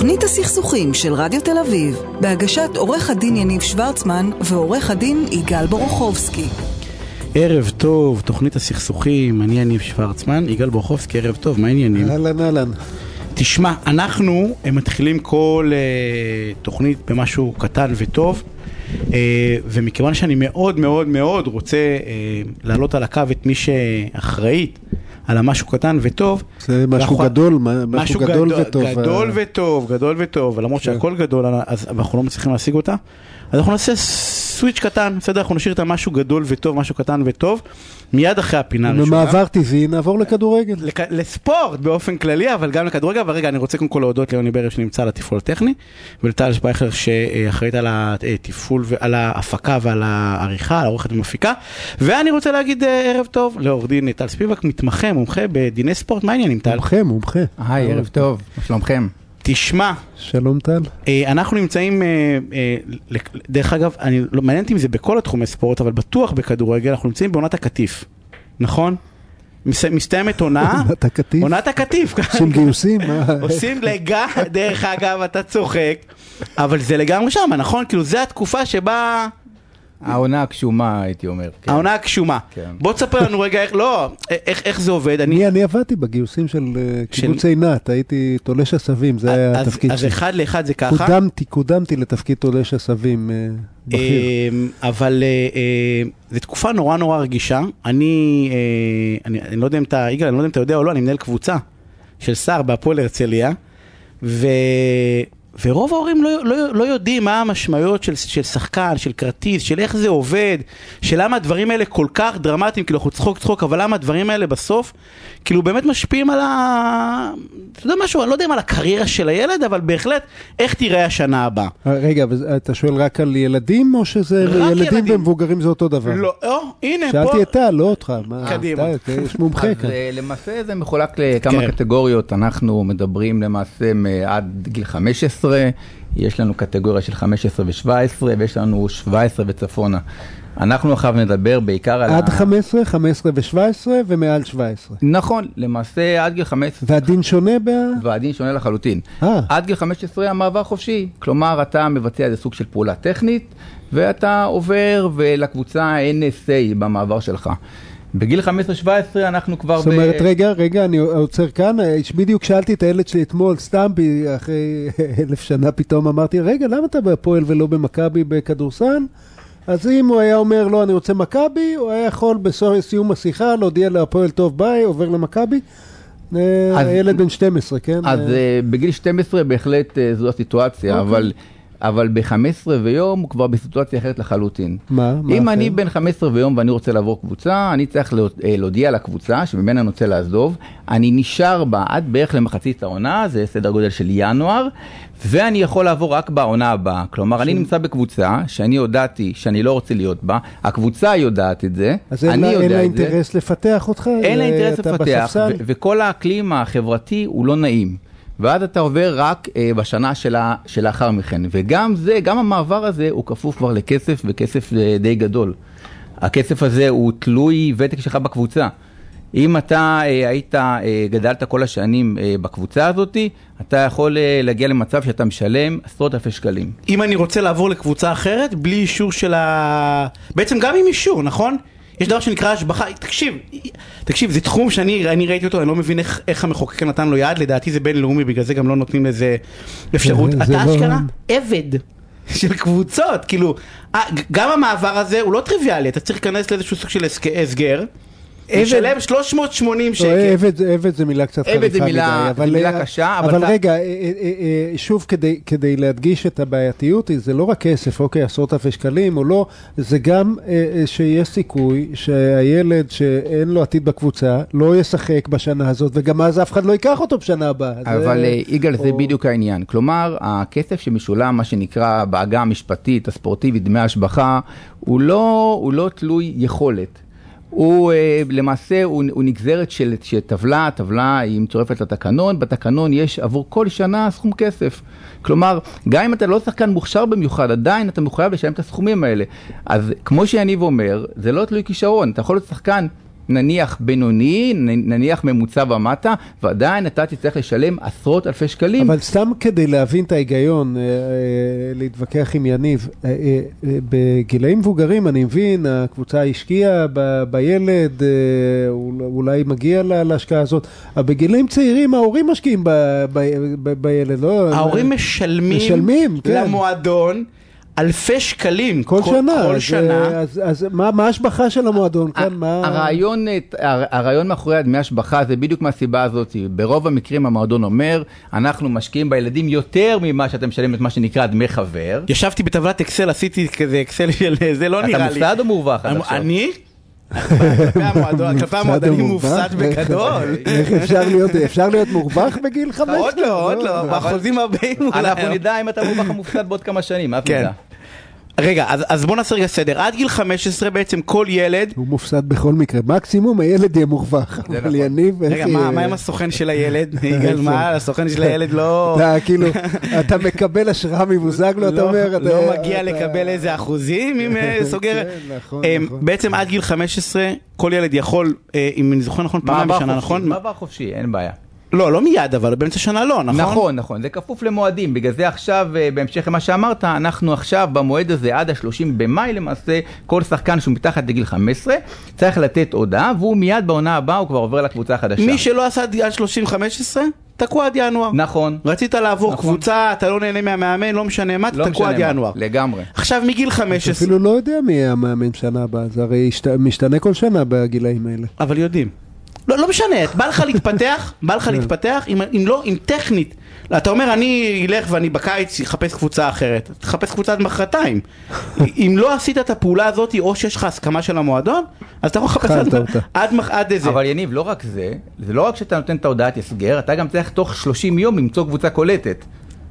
תוכנית הסכסוכים של רדיו תל אביב, בהגשת עורך הדין יניב שוורצמן ועורך הדין יגאל בורוכובסקי. ערב טוב, תוכנית הסכסוכים, אני יניב שוורצמן, יגאל בורוכובסקי, ערב טוב, מה העניינים? אהלן. תשמע, אנחנו מתחילים כל תוכנית במשהו קטן וטוב, ומכיוון שאני מאוד מאוד מאוד רוצה לעלות על הקו את מי שאחראית על המשהו קטן וטוב. זה משהו גדול, משהו גדול וטוב. גדול וטוב, למרות שהכל גדול, אז אנחנו לא מצליחים להשיג אותה. אז אנחנו נעשה סוויץ' קטן, בסדר? אנחנו נשאיר את המשהו גדול וטוב, משהו קטן וטוב, מיד אחרי הפינה הראשונה. במעבר טבעי נעבור לכדורגל. לספורט באופן כללי, אבל גם לכדורגל. אבל רגע, אני רוצה קודם כל להודות ליוני ברב שנמצא על התפעול הטכני, ולטל שפייכלר שאחראית על התפעול ועל ההפקה ועל העריכה, על העורכת ומפיקה. ואני רוצה להגיד ערב טוב לעורך דין טל ספיבק, מתמחה, מומחה בדיני ספורט. מה העניינים, טל? מומחה. היי, ערב טוב, שלומכם. תשמע, שלום טל. אנחנו נמצאים, דרך אגב, אני לא מעניין אותי אם זה בכל התחומי ספורט, אבל בטוח בכדורגל, אנחנו נמצאים בעונת הקטיף, נכון? מסתיימת עונה, עונת הקטיף. עושים גיוסים? עושים דרך אגב, אתה צוחק, אבל זה לגמרי שם, נכון? כאילו זה התקופה שבה... העונה הקשומה, הייתי אומר. העונה הקשומה. בוא תספר לנו רגע איך זה עובד. אני עבדתי בגיוסים של קיבוץ עינת, הייתי תולש עשבים, זה היה התפקיד שלי. אז אחד לאחד זה ככה? קודמתי לתפקיד תולש עשבים בכיר. אבל זו תקופה נורא נורא רגישה. אני לא יודע אם אתה, יגאל, אני לא יודע אם אתה יודע או לא, אני מנהל קבוצה של שר בהפועל הרצליה, ורוב ההורים לא יודעים מה המשמעויות של שחקן, של כרטיס, של איך זה עובד, של למה הדברים האלה כל כך דרמטיים, כאילו אנחנו צחוק, אבל למה הדברים האלה בסוף, כאילו באמת משפיעים על אתה יודע משהו, אני לא יודע אם על הקריירה של הילד, אבל בהחלט, איך תראה השנה הבאה. רגע, אתה שואל רק על ילדים, או שזה ילדים ומבוגרים זה אותו דבר? לא, הנה פה. שאלתי אתה, לא אותך. קדימה. יש מומחה כאן. אז למעשה זה מחולק לכמה קטגוריות, אנחנו מדברים למעשה עד גיל 15, יש לנו קטגוריה של 15 ו-17, ויש לנו 17 וצפונה. אנחנו עכשיו נדבר בעיקר על... עד 15, 15 ו-17 ומעל 17. נכון, למעשה עד גיל 15... והדין שונה והדין שונה לחלוטין. עד גיל 15 המעבר חופשי, כלומר אתה מבצע איזה סוג של פעולה טכנית, ואתה עובר ולקבוצה אין say במעבר שלך. בגיל 15-17 אנחנו כבר... זאת אומרת, רגע, אני עוצר כאן, בדיוק שאלתי את הילד שלי אתמול, סתם אחרי 1000 שנה פתאום אמרתי, רגע, למה אתה בפועל ולא במכבי בכדורסן? אז אם הוא היה אומר, לא, אני רוצה מכבי, הוא היה יכול בסיום השיחה להודיע להפועל טוב ביי, עובר למכבי. הילד בן 12, כן? אז בגיל 12 בהחלט זו הסיטואציה, אבל ב-15 ויום הוא כבר בסיטואציה אחרת לחלוטין. אם אני בן 15 ויום ואני רוצה לעבור קבוצה, אני צריך להודיע לקבוצה שממנה אני רוצה לעזוב, אני נשאר בה עד בערך למחצית העונה, זה סדר גודל של ינואר, ואני יכול לעבור רק בעונה הבאה. כלומר, אני נמצא בקבוצה שאני הודעתי שאני לא רוצה להיות בה, הקבוצה יודעת את זה, אני יודע את זה. אז אין לה אינטרס לפתח אותך? אין לה אינטרס לפתח, וכל האקלים החברתי הוא לא נעים. ואז אתה עובר רק בשנה שלאחר מכן. וגם זה, גם המעבר הזה הוא כפוף כבר לכסף, וכסף די גדול. הכסף הזה הוא תלוי ותק שלך בקבוצה. אם אתה גדלת כל השנים בקבוצה הזאת, אתה יכול להגיע למצב שאתה משלם עשרות אלפי שקלים. אם אני רוצה לעבור לקבוצה אחרת, בלי אישור של בעצם גם עם אישור, נכון? יש דבר שנקרא השבחה, תקשיב, זה תחום שאני ראיתי אותו, אני לא מבין איך המחוקק נתן לו יד, לדעתי זה בינלאומי, בגלל זה גם לא נותנים לזה אפשרות. אתה אשכרה עבד של קבוצות, כאילו, גם המעבר הזה הוא לא טריוויאלי, אתה צריך להיכנס לאיזשהו סוג של הסגר, משלם 380 שקל. עבד זה מילה קצת חריפה. עבד זה מילה קשה. אבל רגע, שוב כדי להדגיש את הבעייתיות, זה לא רק כסף, אוקיי, עשרות אלפי שקלים או לא, זה גם שיש סיכוי שהילד שאין לו עתיד בקבוצה, לא ישחק בשנה הזאת, וגם אז אף אחד לא ייקח אותו בשנה הבאה. אבל יגאל, זה בדיוק העניין. כלומר, הכסף שמשולם, מה שנקרא בעגה המשפטית, הספורטיבית, דמי השבחה, הוא לא תלוי יכולת. הוא למעשה הוא נגזרת של טבלה היא מצורפת לתקנון, בתקנון יש עבור כל שנה סכום כסף. כלומר, גם אם אתה לא שחקן מוכשר במיוחד, עדיין אתה מחויב לשלם את הסכומים האלה. אז כמו שאני אומר, זה לא תלוי כישרון, אתה יכול להיות שחקן נניח בינוני, נניח ממוצע ומטה, ועדיין אתה תצטרך לשלם עשרות אלפי שקלים. אבל סתם כדי להבין את ההיגיון, להתווכח עם יניב, בגילאים מבוגרים אני מבין, הקבוצה השקיעה בילד, אולי מגיע להשקעה הזאת, אבל בגילאים צעירים ההורים משקיעים בילד, לא? ההורים משלמים למועדון אלפי שקלים כל שנה. אז מה ההשבחה של המועדון כאן? הרעיון מאחורי דמי השבחה זה בדיוק מהסיבה הזאת. ברוב המקרים המועדון אומר, אנחנו משקיעים בילדים יותר ממה שאתם משלמים את מה שנקרא דמי חבר. ישבתי בטבלת אקסל, עשיתי כזה אקסל של זה, לא נראה לי. אתה מופסד או מורווח עד עכשיו? אני? כלפי המועדונים מופסד בגדול. איך אפשר להיות מורווח בגיל 5? עוד לא, באחוזים הבאים. אנחנו נדע אם אתה מורווח או מופסד בעוד כמה שנים, אף נדע. רגע, אז בוא נעשה רגע סדר. עד גיל 15 בעצם כל ילד... הוא מופסד בכל מקרה. מקסימום הילד יהיה מורווח. רגע, מה עם הסוכן של הילד? יגאל, מה? הסוכן של הילד לא... כאילו, אתה מקבל השראה מבוזגלו, אתה אומר... לא מגיע לקבל איזה אחוזים אם סוגר... בעצם עד גיל 15 כל ילד יכול, אם אני זוכר נכון, פעם בשנה, נכון? מעבר חופשי, אין בעיה. לא מיד, אבל באמצע שנה לא, נכון? נכון, זה כפוף למועדים, בגלל זה עכשיו, בהמשך למה שאמרת, אנחנו עכשיו במועד הזה, עד ה-30 במאי למעשה, כל שחקן שהוא מתחת לגיל 15, צריך לתת הודעה, והוא מיד בעונה הבאה, הוא כבר עובר לקבוצה החדשה. מי שלא עשה עד 30-15, תקוע עד ינואר. נכון. רצית לעבור קבוצה, אתה לא נהנה מהמאמן, לא משנה מה, תקוע עד ינואר. לגמרי. עכשיו מגיל 15... אפילו לא יודע מי המאמן שנה הבאה, זה הרי משתנה כל שנה בגילאים האלה. אבל יודעים. לא משנה, בא לך להתפתח, אם טכנית, אתה אומר אני אלך ואני בקיץ אחפש קבוצה אחרת, תחפש קבוצה עד מחרתיים. אם לא עשית את הפעולה הזאת, או שיש לך הסכמה של המועדון, אז אתה יכול לחפש עד איזה. אבל יניב, לא רק זה לא רק שאתה נותן את ההודעת הסגר, אתה גם צריך תוך 30 יום למצוא קבוצה קולטת.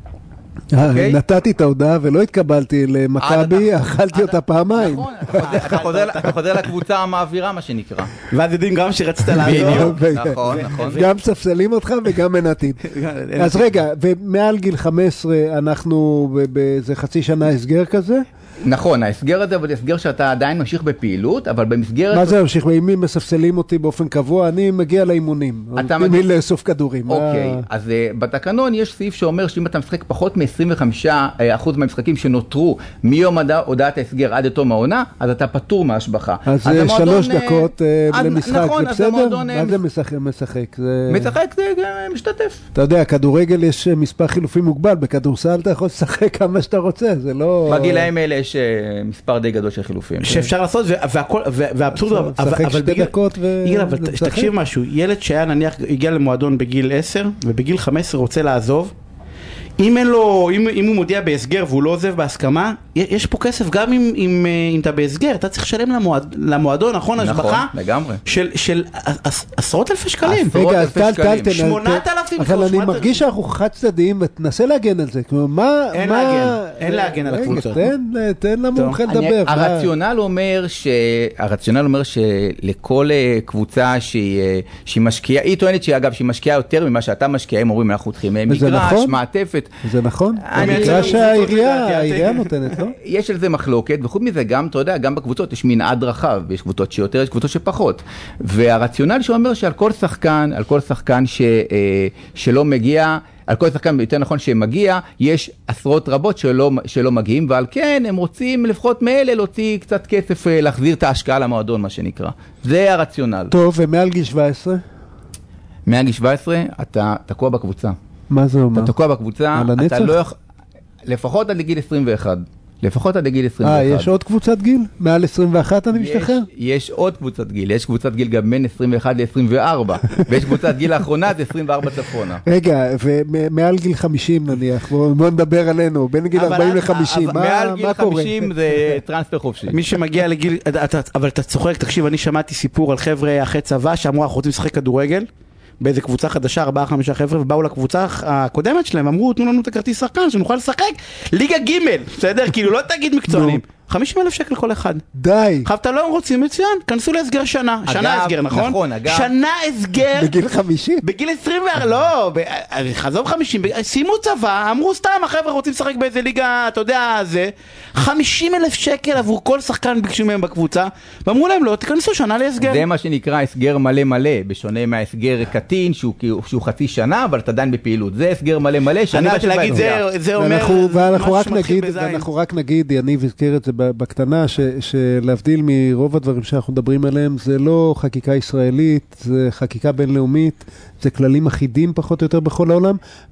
נתתי את ההודעה ולא התקבלתי למכבי, אכלתי אותה פעמיים. נכון, אתה חוזר לקבוצה המעבירה, מה שנקרא. ואז יודעים גם שרצית לעזור. נכון. גם ספסלים אותך וגם מנתים. אז רגע, ומעל גיל 15 אנחנו באיזה חצי שנה הסגר כזה? נכון, ההסגר הזה, אבל הסגר שאתה עדיין ממשיך בפעילות, אבל במסגרת... מה זה ממשיך? אם מספסלים אותי באופן קבוע, אני מגיע לאימונים. אתה מגיע לאסוף כדורים. אוקיי, אז בתקנון יש סעיף שאומר שאם אתה משחק פחות מ-25% מהמשחקים שנותרו מיום הודעת ההסגר עד לתום העונה, אז אתה פטור מההשבחה. אז 3 דקות למשחק, זה בסדר? מה זה משחק? משחק זה משתתף. אתה יודע, כדורגל יש מספר חילופים מוגבל, בכדורסל אתה יכול לשחק כמה שאתה רוצה, זה לא... בגילאים האלה יש מספר די גדול של חילופים. שאפשר לעשות, והאבסורד, אבל תקשיב משהו, ילד שהיה נניח, הגיע למועדון בגיל 10, ובגיל 15 רוצה לעזוב, אם הוא מודיע בהסגר והוא לא עוזב בהסכמה, יש פה כסף גם אם אתה בהסגר, אתה צריך לשלם למועדון, נכון, השבחה? נכון, לגמרי. של עשרות אלפי שקלים. רגע, אז טל, 8,000. אבל אני מרגיש שאנחנו חד צדדיים, ותנסה להגן על זה. אין להגן על הקבוצות. תן למומחה לדבר. הרציונל אומר שלכל קבוצה שהיא משקיעה, היא טוענת שאגב, שהיא משקיעה יותר ממה שאתה משקיעה, הם אומרים, אנחנו צריכים מגרש, מעטפת. זה נכון? במקרה שהעירייה נותנת, לא? יש על זה מחלוקת, וחוץ מזה גם, אתה יודע, גם בקבוצות יש מנעד רחב, יש קבוצות שיותר, יש קבוצות שפחות. והרציונל שאומר שעל כל שחקן שלא מגיע, על כל שחקן יותר נכון שמגיע, יש עשרות רבות שלא מגיעים, ועל כן הם רוצים לפחות מאלה להוציא קצת כסף, להחזיר את ההשקעה למועדון, מה שנקרא. זה הרציונל. טוב, ומעל גיל 17? מעל גיל 17, אתה תקוע בקבוצה. מה זה אומר? אתה תקוע בקבוצה, אתה לא יכול... לפחות עד לגיל 21. לפחות עד לגיל 21. יש עוד קבוצת גיל? מעל 21 אני משתחרר? יש עוד קבוצת גיל. יש קבוצת גיל גם בין 21 ל-24. ויש קבוצת גיל האחרונה, זה 24 צפונה. רגע, ומעל גיל 50 נניח, בוא נדבר עלינו, בין גיל 40 ל-50, מה קורה? מעל גיל 50 זה טרנספר חופשי. מי שמגיע לגיל... אבל אתה צוחק, תקשיב, אני שמעתי סיפור על חבר'ה אחרי צבא, שאמרו, אנחנו רוצים לשחק כדורגל. באיזה קבוצה חדשה, 4-5 חבר'ה, ובאו לקבוצה הקודמת שלהם, אמרו, תנו לנו את הכרטיס שחקן, שנוכל לשחק ליגה ג', בסדר? כאילו לא תגיד מקצוענים. 50,000 שקל כל אחד. די. עכשיו אתה לא רוצים מצוין, כנסו להסגר שנה. שנה הסגר, נכון? נכון, אגב. שנה הסגר. בגיל 50? בגיל 24, לא, חזוב 50, שימו צבא, אמרו סתם, החבר'ה רוצים לשחק באיזה ליגה, אתה יודע, זה, 50,000 שקל עבור כל שחקן ביקשו מהם בקבוצה, ואמרו להם לא, תכנסו שנה להסגר. זה מה שנקרא הסגר מלא מלא, בשונה מהסגר קטין, שהוא חצי שנה, אבל אתה עדיין בפעילות. זה הסגר מלא מלא, שנה אני באתי להגיד, זה אומר, ואנחנו רק נגיד, יניב הזכיר את זה בקטנה, שלהבדיל מרוב הדברים שאנחנו מדברים עליהם, זה לא חקיקה ישראלית, זה חקיקה בינלאומית, זה כללים אחידים פחות או יותר בכל העולם,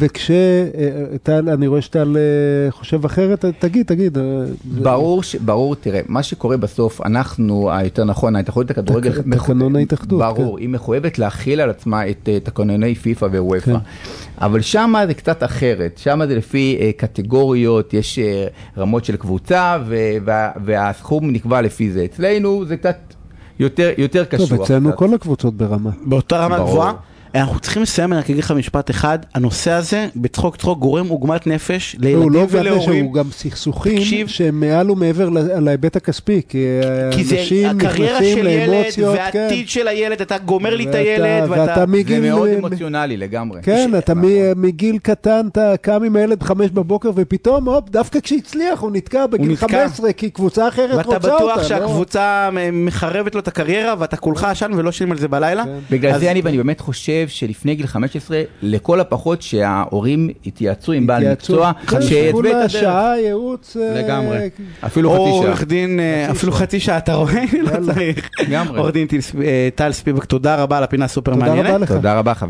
אני רואה שאתה חושב אחרת, תגיד. ברור, תראה, מה שקורה בסוף, אנחנו, יותר נכון, ההתאחדות הכדורגל, תקנון ההתאחדות. ברור, היא מחויבת להכיל על עצמה את תקנוני פיפא ווופא. אבל שם זה קצת אחרת, שם זה לפי קטגוריות, יש רמות של קבוצה, והסכום נקבע לפי זה. אצלנו זה קצת יותר קשוח. טוב, אצלנו כל הקבוצות ברמה. באותה רמה גבוהה. אנחנו צריכים לסיים, אני אגיד לך משפט אחד, הנושא הזה, בצחוק גורם עוגמת נפש לילדים ולהורים. הוא גם סכסוכים שהם מעל ומעבר להיבט הכספי, כי זה הקריירה של ילד והעתיד של הילד, אתה גומר לי את הילד, זה מאוד אמוציונלי לגמרי. כן, אתה מגיל קטן, אתה קם עם הילד 5 בבוקר, ופתאום, דווקא כשהצליח, הוא נתקע בגיל 15, כי קבוצה אחרת רוצה אותה. ואתה בטוח שהקבוצה מחרבת לו את הקריירה, ואתה כולך עשן ולא שנים על זה בלילה. בגלל זה אני באמת חושב שלפני גיל 15, לכל הפחות שההורים התייעצו עם בעל מקצוע, שיתווה את הדרך. שעה, ייעוץ. לגמרי. אפילו חצי שעה. עורך דין, אפילו חצי שעה, אתה רואה? לא צריך. עורך דין טל ספיבק, תודה רבה על הפינה סופר מעניינת. תודה רבה.